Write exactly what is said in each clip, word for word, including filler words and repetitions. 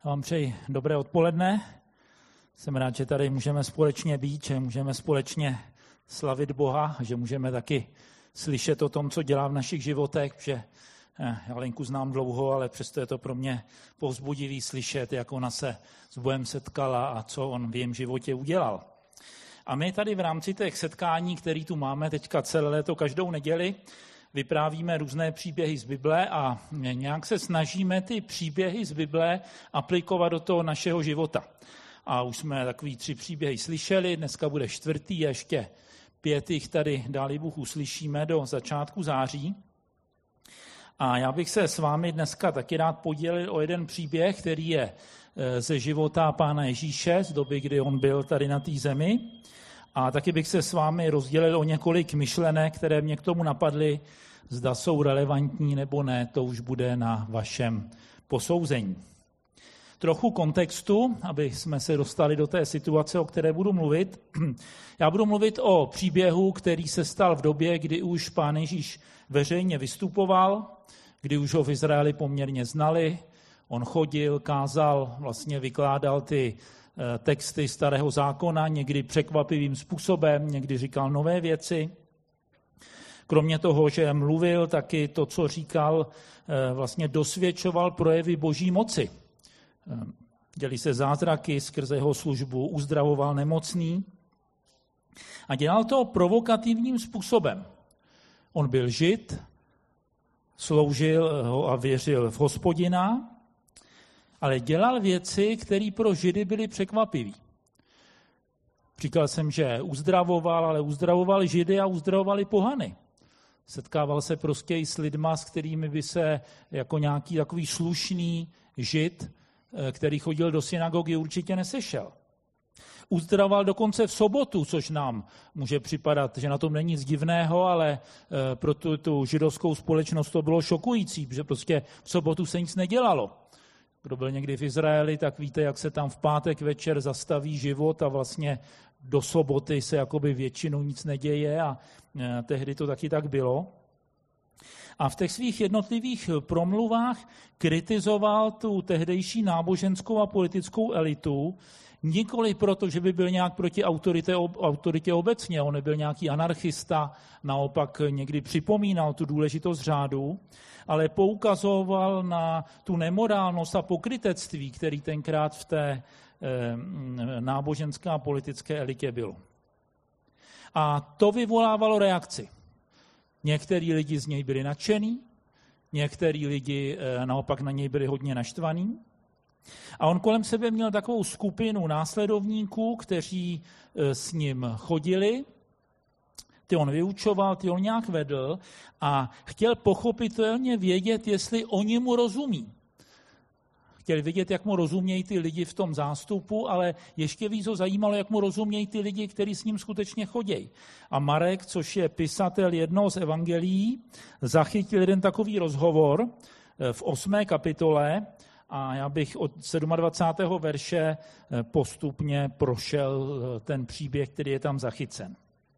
Já vám přeji dobré odpoledne. Jsem rád, že tady můžeme společně být, že můžeme společně slavit Boha, že můžeme taky slyšet o tom, co dělá v našich životech, že já Lenku znám dlouho, ale přesto je to pro mě povzbudivý slyšet, jak ona se s Bohem setkala a co on v jejím životě udělal. A my tady v rámci těch setkání, které tu máme teďka celé léto každou neděli, vyprávíme různé příběhy z Bible a nějak se snažíme ty příběhy z Bible aplikovat do toho našeho života. A už jsme takový tři příběhy slyšeli, dneska bude čtvrtý a ještě pět jich tady, dáli Bůh, uslyšíme do začátku září. A já bych se s vámi dneska taky rád podělil o jeden příběh, který je ze života Pána Ježíše, z doby, kdy on byl tady na té zemi. A taky bych se s vámi rozdělil o několik myšlenek, které mě k tomu napadly. Zda jsou relevantní nebo ne, to už bude na vašem posouzení. Trochu kontextu, aby jsme se dostali do té situace, o které budu mluvit. Já budu mluvit o příběhu, který se stal v době, kdy už Pán Ježíš veřejně vystupoval, kdy už ho v Izraeli poměrně znali. On chodil, kázal, vlastně vykládal ty texty Starého zákona, někdy překvapivým způsobem, někdy říkal nové věci. Kromě toho, že mluvil, taky to, co říkal, vlastně dosvědčoval projevy boží moci. Děli se zázraky skrze jeho službu, uzdravoval nemocný a dělal to provokativním způsobem. On byl Žid, sloužil ho a věřil v Hospodina, ale dělal věci, které pro Židy byly překvapivé. Říkal jsem, že uzdravoval, ale uzdravoval Židy a uzdravoval i pohany. Setkával se prostě i s lidma, s kterými by se jako nějaký takový slušný Žid, který chodil do synagogy, určitě nesešel. Uzdravoval dokonce v sobotu, což nám může připadat, že na tom není nic divného, ale pro tu, tu židovskou společnost to bylo šokující, protože prostě v sobotu se nic nedělalo. Kdo byl někdy v Izraeli, tak víte, jak se tam v pátek večer zastaví život a vlastně do soboty se jakoby většinou nic neděje a tehdy to taky tak bylo. A v těch svých jednotlivých promluvách kritizoval tu tehdejší náboženskou a politickou elitu, nikoli proto, že by byl nějak proti autoritě, autoritě obecně, on nebyl nějaký anarchista, naopak někdy připomínal tu důležitost řádu, ale poukazoval na tu nemorálnost a pokrytectví, který tenkrát v té e, náboženské a politické elitě bylo. A to vyvolávalo reakci. Některý lidi z něj byli nadšený, některý lidi e, naopak na něj byli hodně naštvaný. A on kolem sebe měl takovou skupinu následovníků, kteří e, s ním chodili, ty on vyučoval, ty on nějak vedl a chtěl pochopitelně vědět, jestli oni mu rozumí. Chtěl vědět, jak mu rozumějí ty lidi v tom zástupu, ale ještě víc ho zajímalo, jak mu rozumějí ty lidi, kteří s ním skutečně chodí. A Marek, což je pisatel jednoho z evangelií, zachytil jeden takový rozhovor v osmé kapitole a já bych od dvacátého sedmého verše postupně prošel ten příběh, který je tam zachycen.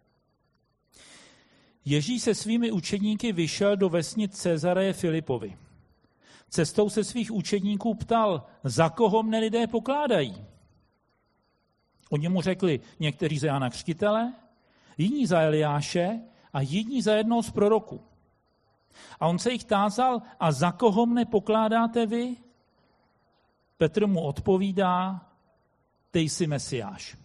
Ježíš se svými učedníky vyšel do vesnic Cezareje Filipovi. Cestou se svých učedníků ptal, za koho mne lidé pokládají. Oni mu řekli, někteří za Jana Křtitele, jiní za Eliáše a jiní za jednoho z proroků. A on se jich tázal, a za koho mne pokládáte vy? Petr mu odpovídá, ty jsi Mesiáš.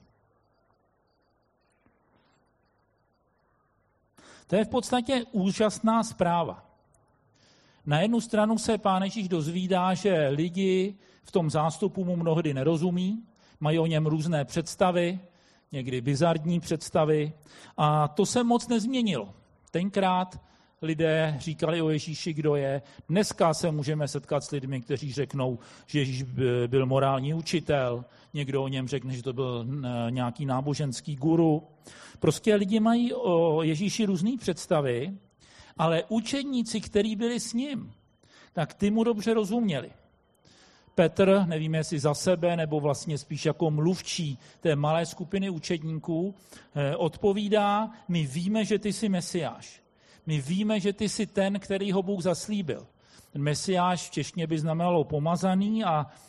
To je v podstatě úžasná zpráva. Na jednu stranu se Pán Ježíš dozvídá, že lidi v tom zástupu mu mnohdy nerozumí, mají o něm různé představy, někdy bizarní představy a to se moc nezměnilo. Tenkrát lidé říkali o Ježíši, kdo je. Dneska se můžeme setkat s lidmi, kteří řeknou, že Ježíš byl morální učitel, někdo o něm řekne, že to byl nějaký náboženský guru. Prostě lidi mají o Ježíši různé představy, ale učedníci, kteří byli s ním, tak ty mu dobře rozuměli. Petr, nevím jestli za sebe, nebo vlastně spíš jako mluvčí té malé skupiny učedníků, odpovídá, my víme, že ty jsi Mesiáš. My víme, že ty jsi ten, který ho Bůh zaslíbil. Ten Mesiáš v češtině by znamenalo pomazaný a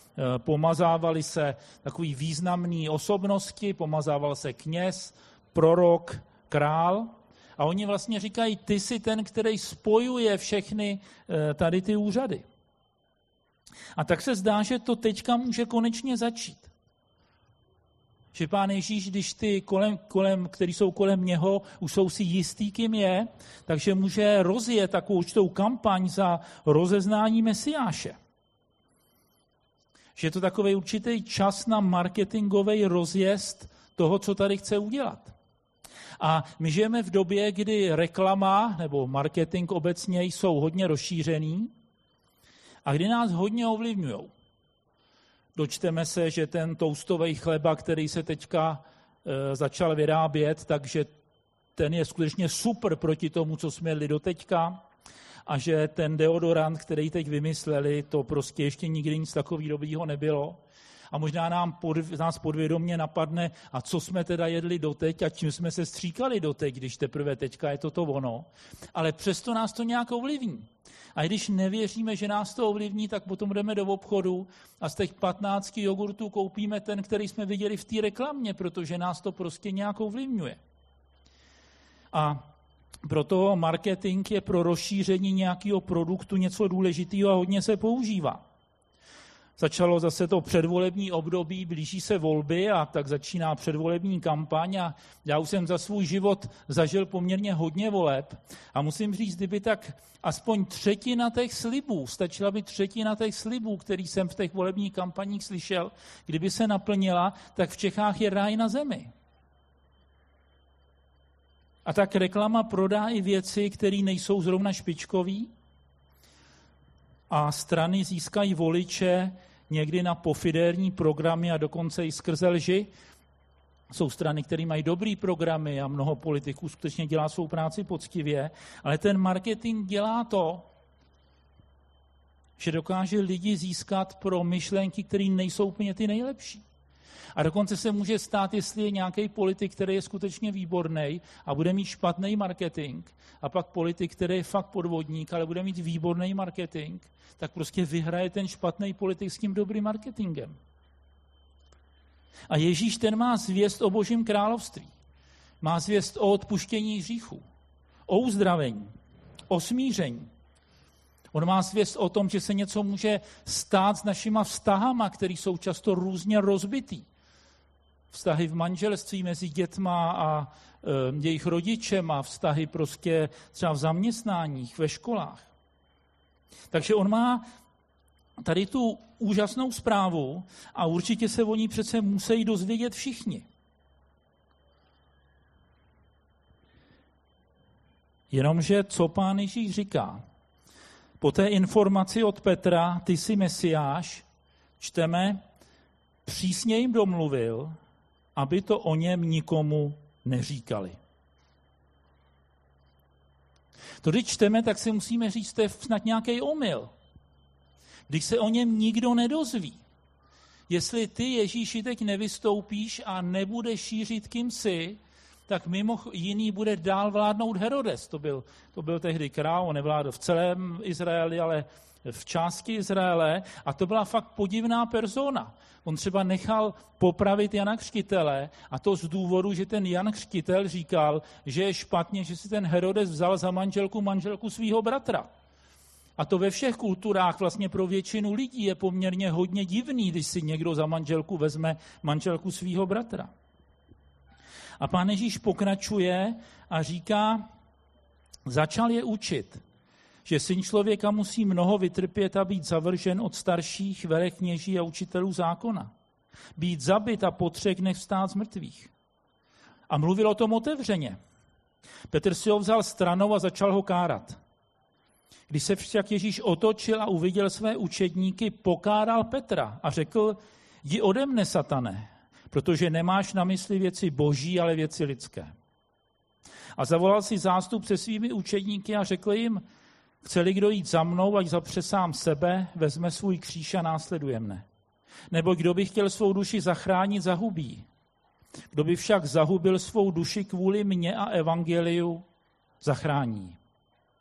pomazávali se takový významný osobnosti, pomazával se kněz, prorok, král. A oni vlastně říkají, ty jsi ten, který spojuje všechny tady ty úřady. A tak se zdá, že to teďka může konečně začít. Že Pán Ježíš, když ty, kolem, kolem, který jsou kolem něho, už jsou si jistý, kým je, takže může rozjet takovou určitou kampaň za rozeznání Mesiáše. Že je to takový určitý čas na marketingový rozjezd toho, co tady chce udělat. A my žijeme v době, kdy reklama nebo marketing obecně jsou hodně rozšířený a kdy nás hodně ovlivňují. Dočteme se, že ten toustový chleba, který se teďka e, začal vyrábět, takže ten je skutečně super proti tomu, co jsme jedli doteďka, a že ten deodorant, který teď vymysleli, to prostě ještě nikdy nic takového dobrýho nebylo. A možná nám pod, nás podvědomě napadne, a co jsme teda jedli doteď a čím jsme se stříkali doteď, když teprve teďka je toto ono. Ale přesto nás to nějak ovlivní. A když nevěříme, že nás to ovlivní, tak potom jdeme do obchodu a z těch patnácti jogurtů koupíme ten, který jsme viděli v té reklamě, protože nás to prostě nějak ovlivňuje. A proto marketing je pro rozšíření nějakého produktu něco důležitého a hodně se používá. Začalo zase to předvolební období, blíží se volby a tak začíná předvolební kampaň a já už jsem za svůj život zažil poměrně hodně voleb a musím říct, kdyby tak aspoň třetina těch slibů, stačila by třetina těch slibů, který jsem v těch volebních kampaních slyšel, kdyby se naplnila, tak v Čechách je ráj na zemi. A tak reklama prodá i věci, které nejsou zrovna špičkový a strany získají voliče někdy na pofidérní programy a dokonce i skrze lži. Jsou strany, které mají dobrý programy a mnoho politiků skutečně dělá svou práci poctivě, ale ten marketing dělá to, že dokáže lidi získat pro myšlenky, které nejsou úplně ty nejlepší. A dokonce se může stát, jestli je nějaký politik, který je skutečně výborný a bude mít špatný marketing, a pak politik, který je fakt podvodník, ale bude mít výborný marketing, tak prostě vyhraje ten špatný politik s tím dobrým marketingem. A Ježíš ten má zvěst o Božím království. Má zvěst o odpuštění hříchů, o uzdravení, o smíření. On má zvěst o tom, že se něco může stát s našima vztahama, které jsou často různě rozbitý. Vztahy v manželství mezi dětma a e, jejich rodičema, vztahy prostě třeba v zaměstnáních, ve školách. Takže on má tady tu úžasnou zprávu a určitě se o ní přece musí dozvědět všichni. Jenomže co Pán Ježíš říká? Po té informaci od Petra, ty jsi Mesiáš, čteme, přísně jim domluvil, aby to o něm nikomu neříkali. To, když čteme, tak si musíme říct, to je snad nějaký omyl. Když se o něm nikdo nedozví. Jestli ty, Ježíši, teď nevystoupíš a nebudeš šířit, kým jsi, tak mimo jiný bude dál vládnout Herodes. To byl, to byl tehdy král, on nevládl v celém Izraeli, ale v části Izraele a to byla fakt podivná persona. On třeba nechal popravit Jana Křtitele a to z důvodu, že ten Jan Křtitel říkal, že je špatně, že si ten Herodes vzal za manželku manželku svého bratra. A to ve všech kulturách vlastně pro většinu lidí je poměrně hodně divný, když si někdo za manželku vezme manželku svého bratra. A Pán Ježíš pokračuje a říká, začal je učit, že syn člověka musí mnoho vytrpět a být zavržen od starších velekněží a učitelů zákona. Být zabit a po třech dnech vstát z mrtvých. A mluvil o tom otevřeně. Petr si ho vzal stranou a začal ho kárat. Když se však Ježíš otočil a uviděl své učedníky, pokáral Petra a řekl, jdi ode mne, satane, protože nemáš na mysli věci boží, ale věci lidské. A zavolal si zástup se svými učedníky a řekl jim, chce-li kdo jít za mnou, ať zapře sám sebe, vezme svůj kříž a následuje mne. Nebo kdo by chtěl svou duši zachránit, zahubí. Kdo by však zahubil svou duši kvůli mně a evangeliu, zachrání.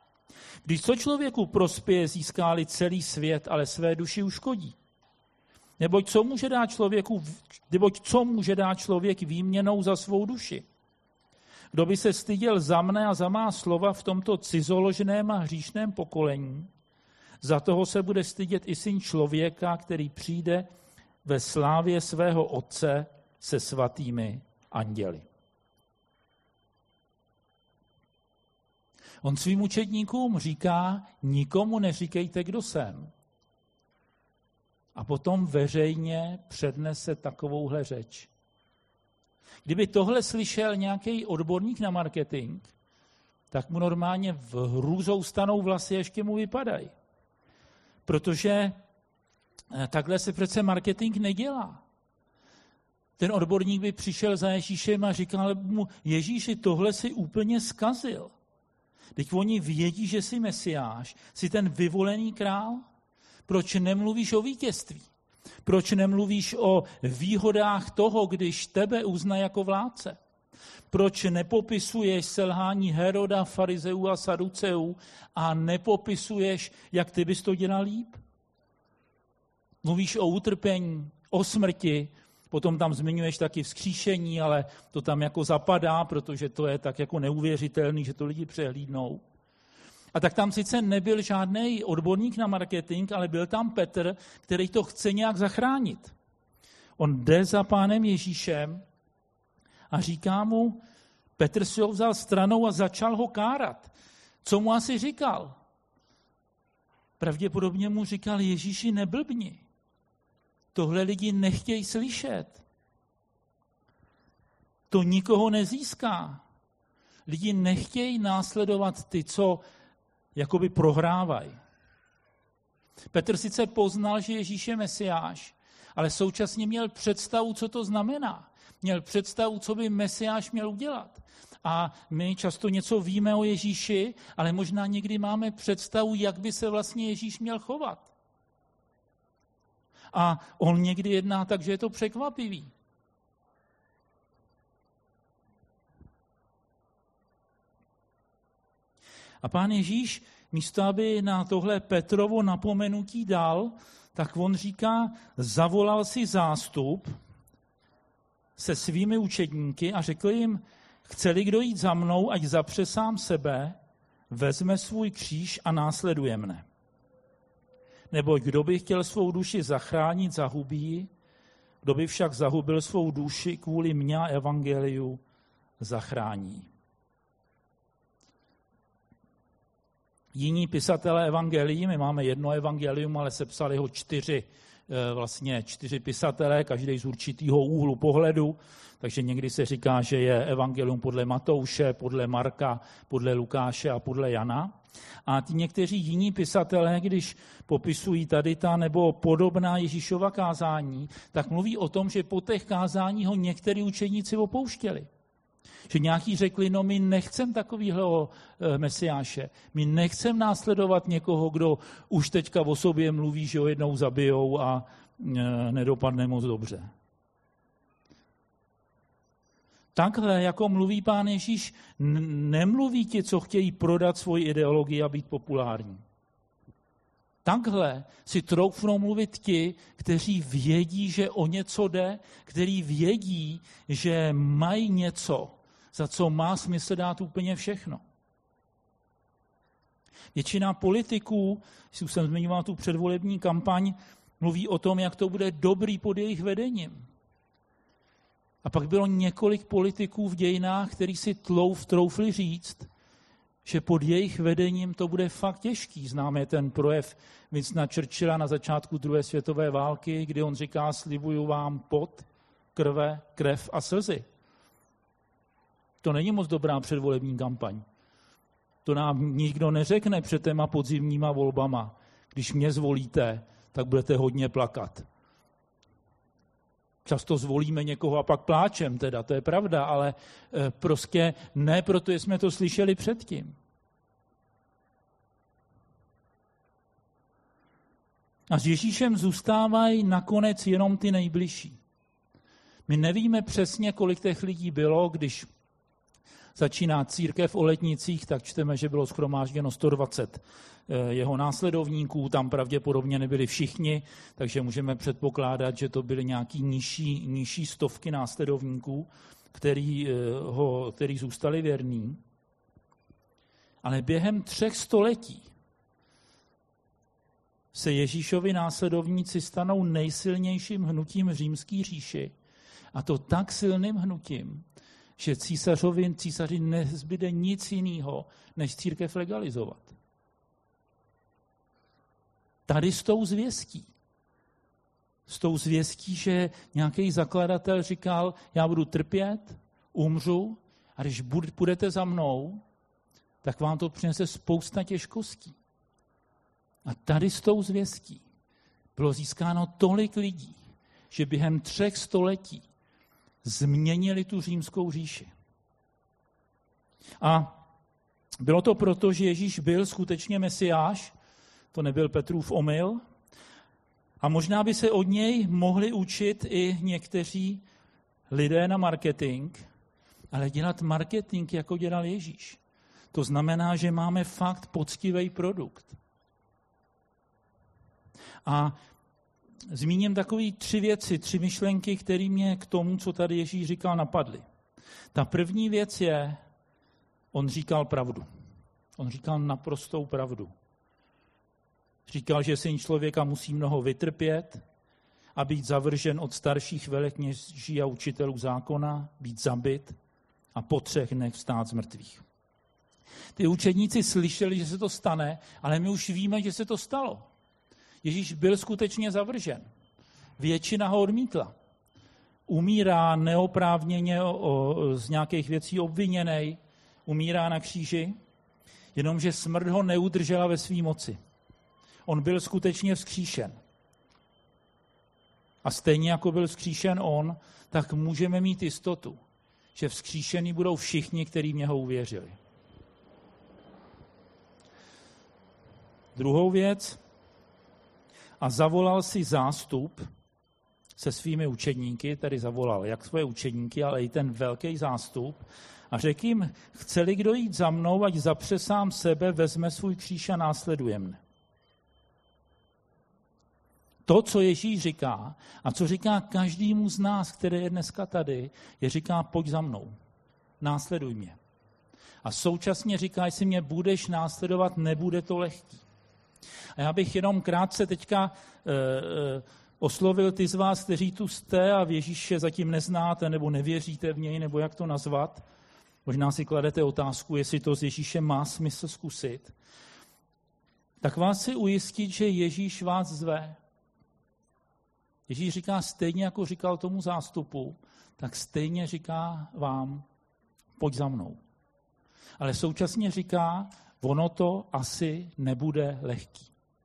Když co člověku prospěje, získá-li celý svět, ale své duši uškodí. Neboť co může dát člověku, neboť co může dát člověk výměnou za svou duši? Kdo by se styděl za mne a za má slova v tomto cizoložném a hříšném pokolení, za toho se bude stydět i syn člověka, který přijde ve slávě svého Otce se svatými anděli. On svým učedníkům říká, nikomu neříkejte, kdo jsem. A potom veřejně přednese takovouhle řeč. Kdyby tohle slyšel nějaký odborník na marketing, tak mu normálně v hrůzou stanou vlasy, ještě mu vypadají. Protože takhle se přece marketing nedělá. Ten odborník by přišel za Ježíšem a říkal mu, Ježíši, tohle si úplně zkazil. Teď oni vědí, že jsi Mesiáš, jsi ten vyvolený král. Proč nemluvíš o vítězství? Proč nemluvíš o výhodách toho, když tebe uzná jako vládce? Proč nepopisuješ selhání Heroda, farizeů a saduceů a nepopisuješ, jak ty bys to dělal líp? Mluvíš o utrpení, o smrti, potom tam zmiňuješ taky vzkříšení, ale to tam jako zapadá, protože to je tak jako neuvěřitelný, že to lidi přehlídnou. A tak tam sice nebyl žádný odborník na marketing, ale byl tam Petr, který to chce nějak zachránit. On jde za pánem Ježíšem a říká mu, Petr si ho vzal stranou a začal ho kárat. Co mu asi říkal? Pravděpodobně mu říkal, Ježíši, neblbni. Tohle lidi nechtějí slyšet. To nikoho nezíská. Lidi nechtějí následovat ty, co jakoby prohrávají. Petr sice poznal, že Ježíš je Mesiáš, ale současně měl představu, co to znamená. Měl představu, co by Mesiáš měl udělat. A my často něco víme o Ježíši, ale možná někdy máme představu, jak by se vlastně Ježíš měl chovat. A on někdy jedná tak, že je to překvapivý. A pán Ježíš, místo aby na tohle Petrovo napomenutí dal, tak on říká, zavolal si zástup se svými učedníky a řekl jim, chce-li kdo jít za mnou, ať zapře sám sebe, vezme svůj kříž a následuje mne. Nebo kdo by chtěl svou duši zachránit, zahubí ji, kdo by však zahubil svou duši kvůli mně a evangeliu, zachrání. Jiní pisatelé evangelií, my máme jedno evangelium, ale sepsali ho čtyři, vlastně čtyři pisatelé, každý z určitého úhlu pohledu, takže někdy se říká, že je evangelium podle Matouše, podle Marka, podle Lukáše a podle Jana. A ty někteří jiní pisatelé, když popisují tady ta nebo podobná Ježíšova kázání, tak mluví o tom, že po těch kázání ho některý učeníci opouštěli. Že nějaký řekli, no my nechcem takovýhleho Mesiáše, my nechcem následovat někoho, kdo už teďka o sobě mluví, že ho jednou zabijou a nedopadne moc dobře. Takhle, jako mluví pán Ježíš, nemluví ti, co chtějí prodat svoji ideologii a být populární. Takhle si troufnou mluvit ti, kteří vědí, že o něco jde, kteří vědí, že mají něco, za co má smysl dát úplně všechno. Většina politiků, když už jsem zmiňoval tu předvolební kampaň, mluví o tom, jak to bude dobrý pod jejich vedením. A pak bylo několik politiků v dějinách, kteří si tlouf, troufli říct, že pod jejich vedením to bude fakt těžký. Známe ten projev Winstona Churchilla na začátku druhé světové války, kdy on říká, slibuju vám pot, krve, krev a slzy. To není moc dobrá předvolební kampaň. To nám nikdo neřekne před těma podzimníma volbama. Když mě zvolíte, tak budete hodně plakat. Často zvolíme někoho a pak pláčem, teda, to je pravda, ale prostě ne, protože jsme to slyšeli předtím. A s Ježíšem zůstávají nakonec jenom ty nejbližší. My nevíme přesně, kolik těch lidí bylo, když začíná církev o Letnicích, tak čteme, že bylo shromážděno sto dvacet jeho následovníků, tam pravděpodobně nebyli všichni, takže můžeme předpokládat, že to byly nějaký nižší, nižší stovky následovníků, který, ho, který zůstali věrní. Ale během třech století se Ježíšovi následovníci stanou nejsilnějším hnutím v římské říši. A to tak silným hnutím, že císařovi, císaři nezbyde nic jiného, než církev legalizovat. Tady s tou zvěstí. S tou zvěstí, že nějaký zakladatel říkal, já budu trpět, umřu, a když půjdete za mnou, tak vám to přinese spousta těžkostí. A tady s tou zvěstí bylo získáno tolik lidí, že během třech století změnili tu římskou říši. A bylo to proto, že Ježíš byl skutečně Mesiáš, to nebyl Petrův omyl, a možná by se od něj mohli učit i někteří lidé na marketing, ale dělat marketing, jako dělal Ježíš. To znamená, že máme fakt poctivý produkt. A zmíním takové tři věci, tři myšlenky, které mě k tomu, co tady Ježíš říkal, napadly. Ta první věc je, on říkal pravdu. On říkal naprostou pravdu. Říkal, že syn člověka musí mnoho vytrpět a být zavržen od starších velekněží a učitelů zákona, být zabit a po třech dnech vstát z mrtvých. Ty učedníci slyšeli, že se to stane, ale my už víme, že se to stalo. Ježíš byl skutečně zavržen. Většina ho odmítla. Umírá neoprávněně o, o, z nějakých věcí obviněnej, umírá na kříži, jenomže smrt ho neudržela ve své moci. On byl skutečně vzkříšen. A stejně jako byl vzkříšen on, tak můžeme mít jistotu, že vzkříšení budou všichni, kteří v něho uvěřili. Druhou věc, a zavolal si zástup se svými učedníky, tedy zavolal jak svoje učedníky, ale i ten velký zástup, a řekl jim, chce-li kdo jít za mnou, ať zapře sám sebe, vezme svůj kříž a následuje mne. To, co Ježíš říká a co říká každému z nás, který je dneska tady, je říká, pojď za mnou, následuj mě. A současně říká, jestli mě budeš následovat, nebude to lehký. A já bych jenom krátce teďka e, e, oslovil ty z vás, kteří tu jste a v Ježíše zatím neznáte nebo nevěříte v něj, nebo jak to nazvat. Možná si kladete otázku, jestli to s Ježíšem má smysl zkusit. Tak vás chci ujistit, že Ježíš vás zve. Ježíš říká stejně, jako říkal tomu zástupu, tak stejně říká vám, pojď za mnou. Ale současně říká, ono to asi nebude lehký.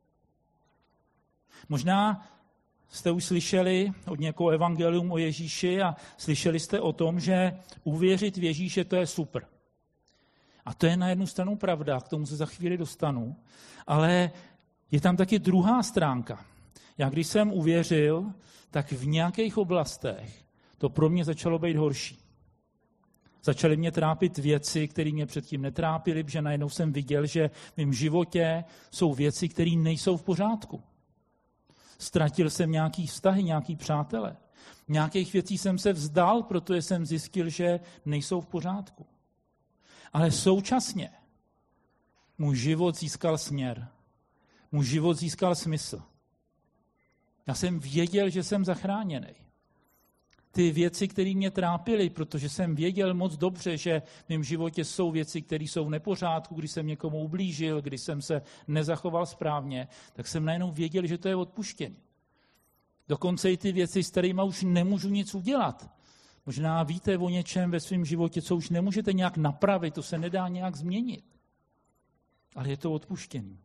Možná jste už slyšeli od někoho evangelium o Ježíši a slyšeli jste o tom, že uvěřit v Ježíše to je super. A to je na jednu stranu pravda, k tomu se za chvíli dostanu, ale je tam taky druhá stránka. Já když jsem uvěřil, tak v nějakých oblastech to pro mě začalo být horší. Začaly mě trápit věci, které mě předtím netrápily, protože najednou jsem viděl, že v mém životě jsou věci, které nejsou v pořádku. Ztratil jsem nějaký vztahy, nějaký přátele. Nějakých věcí jsem se vzdal, protože jsem zjistil, že nejsou v pořádku. Ale současně můj život získal směr. Můj život získal smysl. Já jsem věděl, že jsem zachráněný. Ty věci, které mě trápily, protože jsem věděl moc dobře, že v mém životě jsou věci, které jsou v nepořádku, když jsem někomu ublížil, když jsem se nezachoval správně, tak jsem najednou věděl, že to je odpuštěný. Dokonce i ty věci, s kterými už nemůžu nic udělat. Možná víte o něčem ve svém životě, co už nemůžete nějak napravit, to se nedá nějak změnit. Ale je to odpuštěný.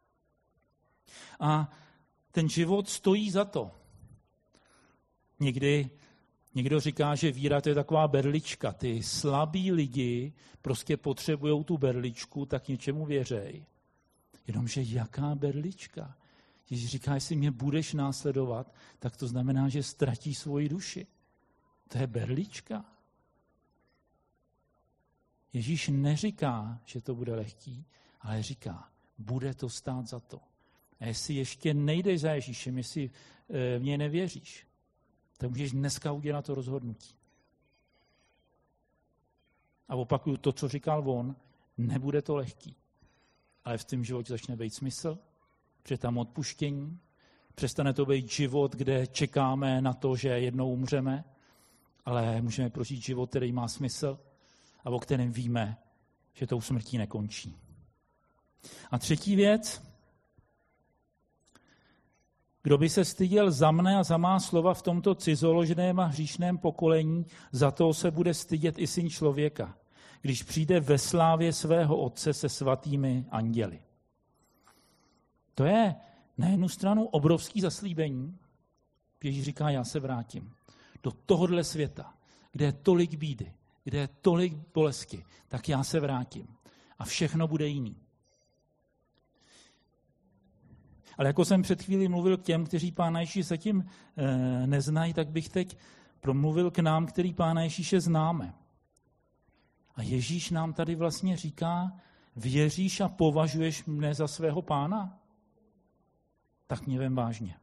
A ten život stojí za to. Někdy někdo říká, že víra to je taková berlička. Ty slabí lidi prostě potřebují tu berličku, tak něčemu věřej. Jenomže jaká berlička? Ježíš říká, jestli mě budeš následovat, tak to znamená, že ztratí svoji duši. To je berlička. Ježíš neříká, že to bude lehký, ale říká, bude to stát za to. A jestli ještě nejdeš za Ježíšem, jestli v něj nevěříš, tak můžeš dneska udělat to rozhodnutí. A opakuju to, co říkal on, nebude to lehký. Ale v tom životě začne být smysl, protože tam odpuštění, přestane to být život, kde čekáme na to, že jednou umřeme, ale můžeme prožít život, který má smysl a o kterém víme, že tou smrtí nekončí. A třetí věc, kdo by se styděl za mne a za má slova v tomto cizoložném a hříšném pokolení, za to se bude stydět i Syn člověka, když přijde ve slávě svého Otce se svatými anděli. To je na jednu stranu obrovský zaslíbení. Ježíš říká, já se vrátím do tohohle světa, kde je tolik bídy, kde je tolik bolesti, tak já se vrátím. A všechno bude jiný. Ale jako jsem před chvílí mluvil k těm, kteří Pána Ježíše zatím e, neznají, tak bych teď promluvil k nám, který Pána Ježíše známe. A Ježíš nám tady vlastně říká, věříš a považuješ mne za svého Pána? Tak mě vem vážně.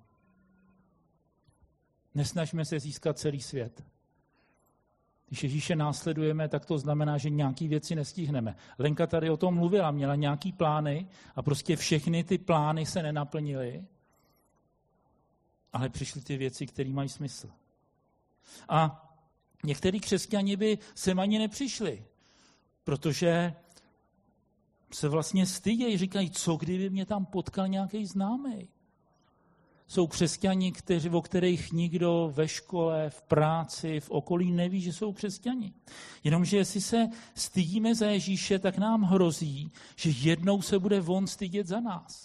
Nesnažme se získat celý svět. Když Ježíše následujeme, tak to znamená, že nějaký věci nestihneme. Lenka tady o tom mluvila, měla nějaký plány a prostě všechny ty plány se nenaplnily, ale přišly ty věci, které mají smysl. A některý křesťani by sem ani nepřišli, protože se vlastně stydějí, říkají, co kdyby mě tam potkal nějaký známý. Jsou křesťani, kteří, o kterých nikdo ve škole, v práci, v okolí neví, že jsou křesťani. Jenomže jestli se stydíme za Ježíše, tak nám hrozí, že jednou se bude on stydět za nás.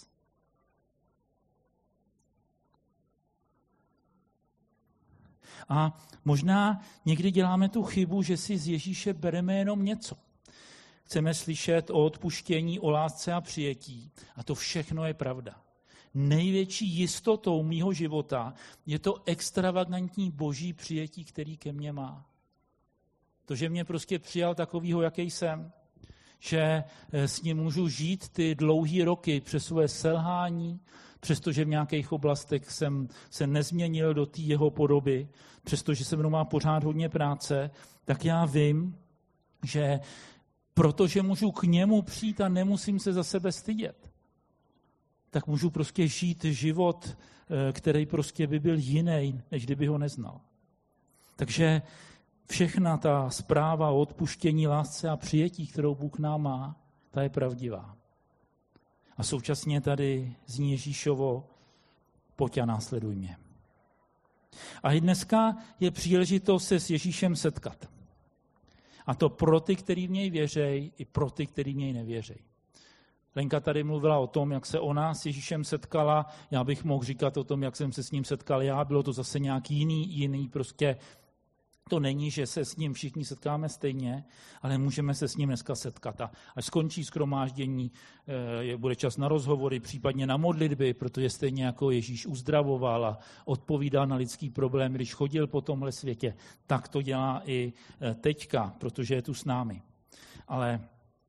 A možná někdy děláme tu chybu, že si z Ježíše bereme jenom něco. Chceme slyšet o odpuštění, o lásce a přijetí. A to všechno je pravda. Největší jistotou mýho života je to extravagantní boží přijetí, který ke mně má. To, že mě prostě přijal takovýho, jaký jsem, že s ním můžu žít ty dlouhé roky přes své selhání, přestože v nějakých oblastech jsem se nezměnil do té jeho podoby, přestože se mnou má pořád hodně práce, tak já vím, že protože můžu k němu přijít a nemusím se za sebe stydět, tak můžu prostě žít život, který prostě by byl jiný, než kdyby ho neznal. Takže všechna ta zpráva o odpuštění, lásce a přijetí, kterou Bůh nám má, ta je pravdivá. A současně tady zní Ježíšovo, pojď a následuj mě. A i dneska je příležitost se s Ježíšem setkat. A to pro ty, kteří v něj věřejí, i pro ty, kteří v něj nevěřejí. Lenka tady mluvila o tom, jak se ona s Ježíšem setkala. Já bych mohl říkat o tom, jak jsem se s ním setkal já. Bylo to zase nějaký jiný, jiný prostě. To není, že se s ním všichni setkáme stejně, ale můžeme se s ním dneska setkat. A až skončí shromáždění, bude čas na rozhovory, případně na modlitby, protože stejně jako Ježíš uzdravoval a odpovídal na lidský problém, když chodil po tomhle světě, tak to dělá i teďka, protože je tu s námi. Ale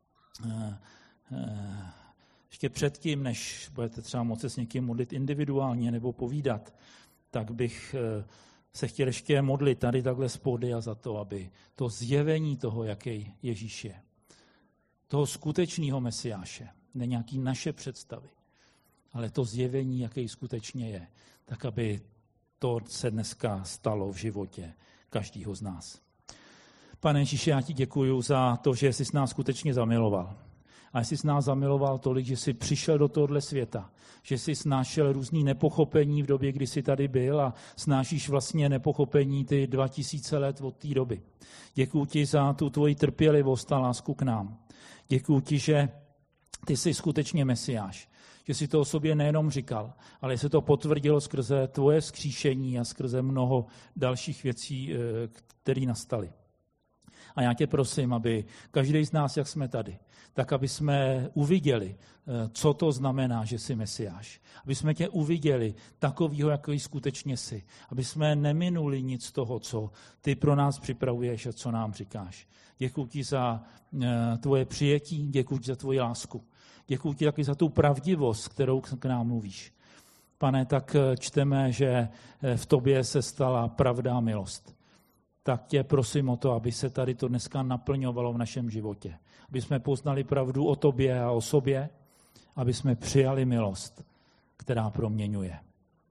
ještě předtím, než budete třeba moci se s někým modlit individuálně nebo povídat, tak bych se chtěl ještě modlit tady takhle z pódia za to, aby to zjevení toho, jaký Ježíš je, toho skutečného Mesiáše, ne nějaký naše představy, ale to zjevení, jaký skutečně je, tak aby to se dneska stalo v životě každého z nás. Pane Ježíši, já ti děkuju za to, že jsi s nás skutečně zamiloval. A jsi s nás zamiloval tolik, že jsi přišel do tohohle světa, že jsi snášel různý nepochopení v době, kdy jsi tady byl a snášíš vlastně nepochopení ty dva tisíce let od té doby. Děkuju ti za tu tvoji trpělivost a lásku k nám. Děkuju ti, že ty jsi skutečně Mesiáš, že jsi to o sobě nejenom říkal, ale se to potvrdilo skrze tvoje vzkříšení a skrze mnoho dalších věcí, které nastaly. A já tě prosím, aby každý z nás, jak jsme tady, tak aby jsme uviděli, co to znamená, že jsi Mesiáš. Aby jsme tě uviděli takovýho, jaký skutečně jsi. Aby jsme neminuli nic z toho, co ty pro nás připravuješ a co nám říkáš. Děkuji ti za tvoje přijetí, děkuji ti za tvoji lásku. Děkuji ti taky za tu pravdivost, kterou k nám mluvíš. Pane, tak čteme, že v tobě se stala pravda a milost. Tak tě prosím o to, aby se tady to dneska naplňovalo v našem životě. Aby jsme poznali pravdu o tobě a o sobě, aby jsme přijali milost, která proměňuje.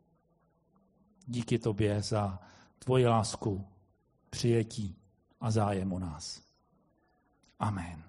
Díky tobě za tvoji lásku, přijetí a zájem o nás. Amen.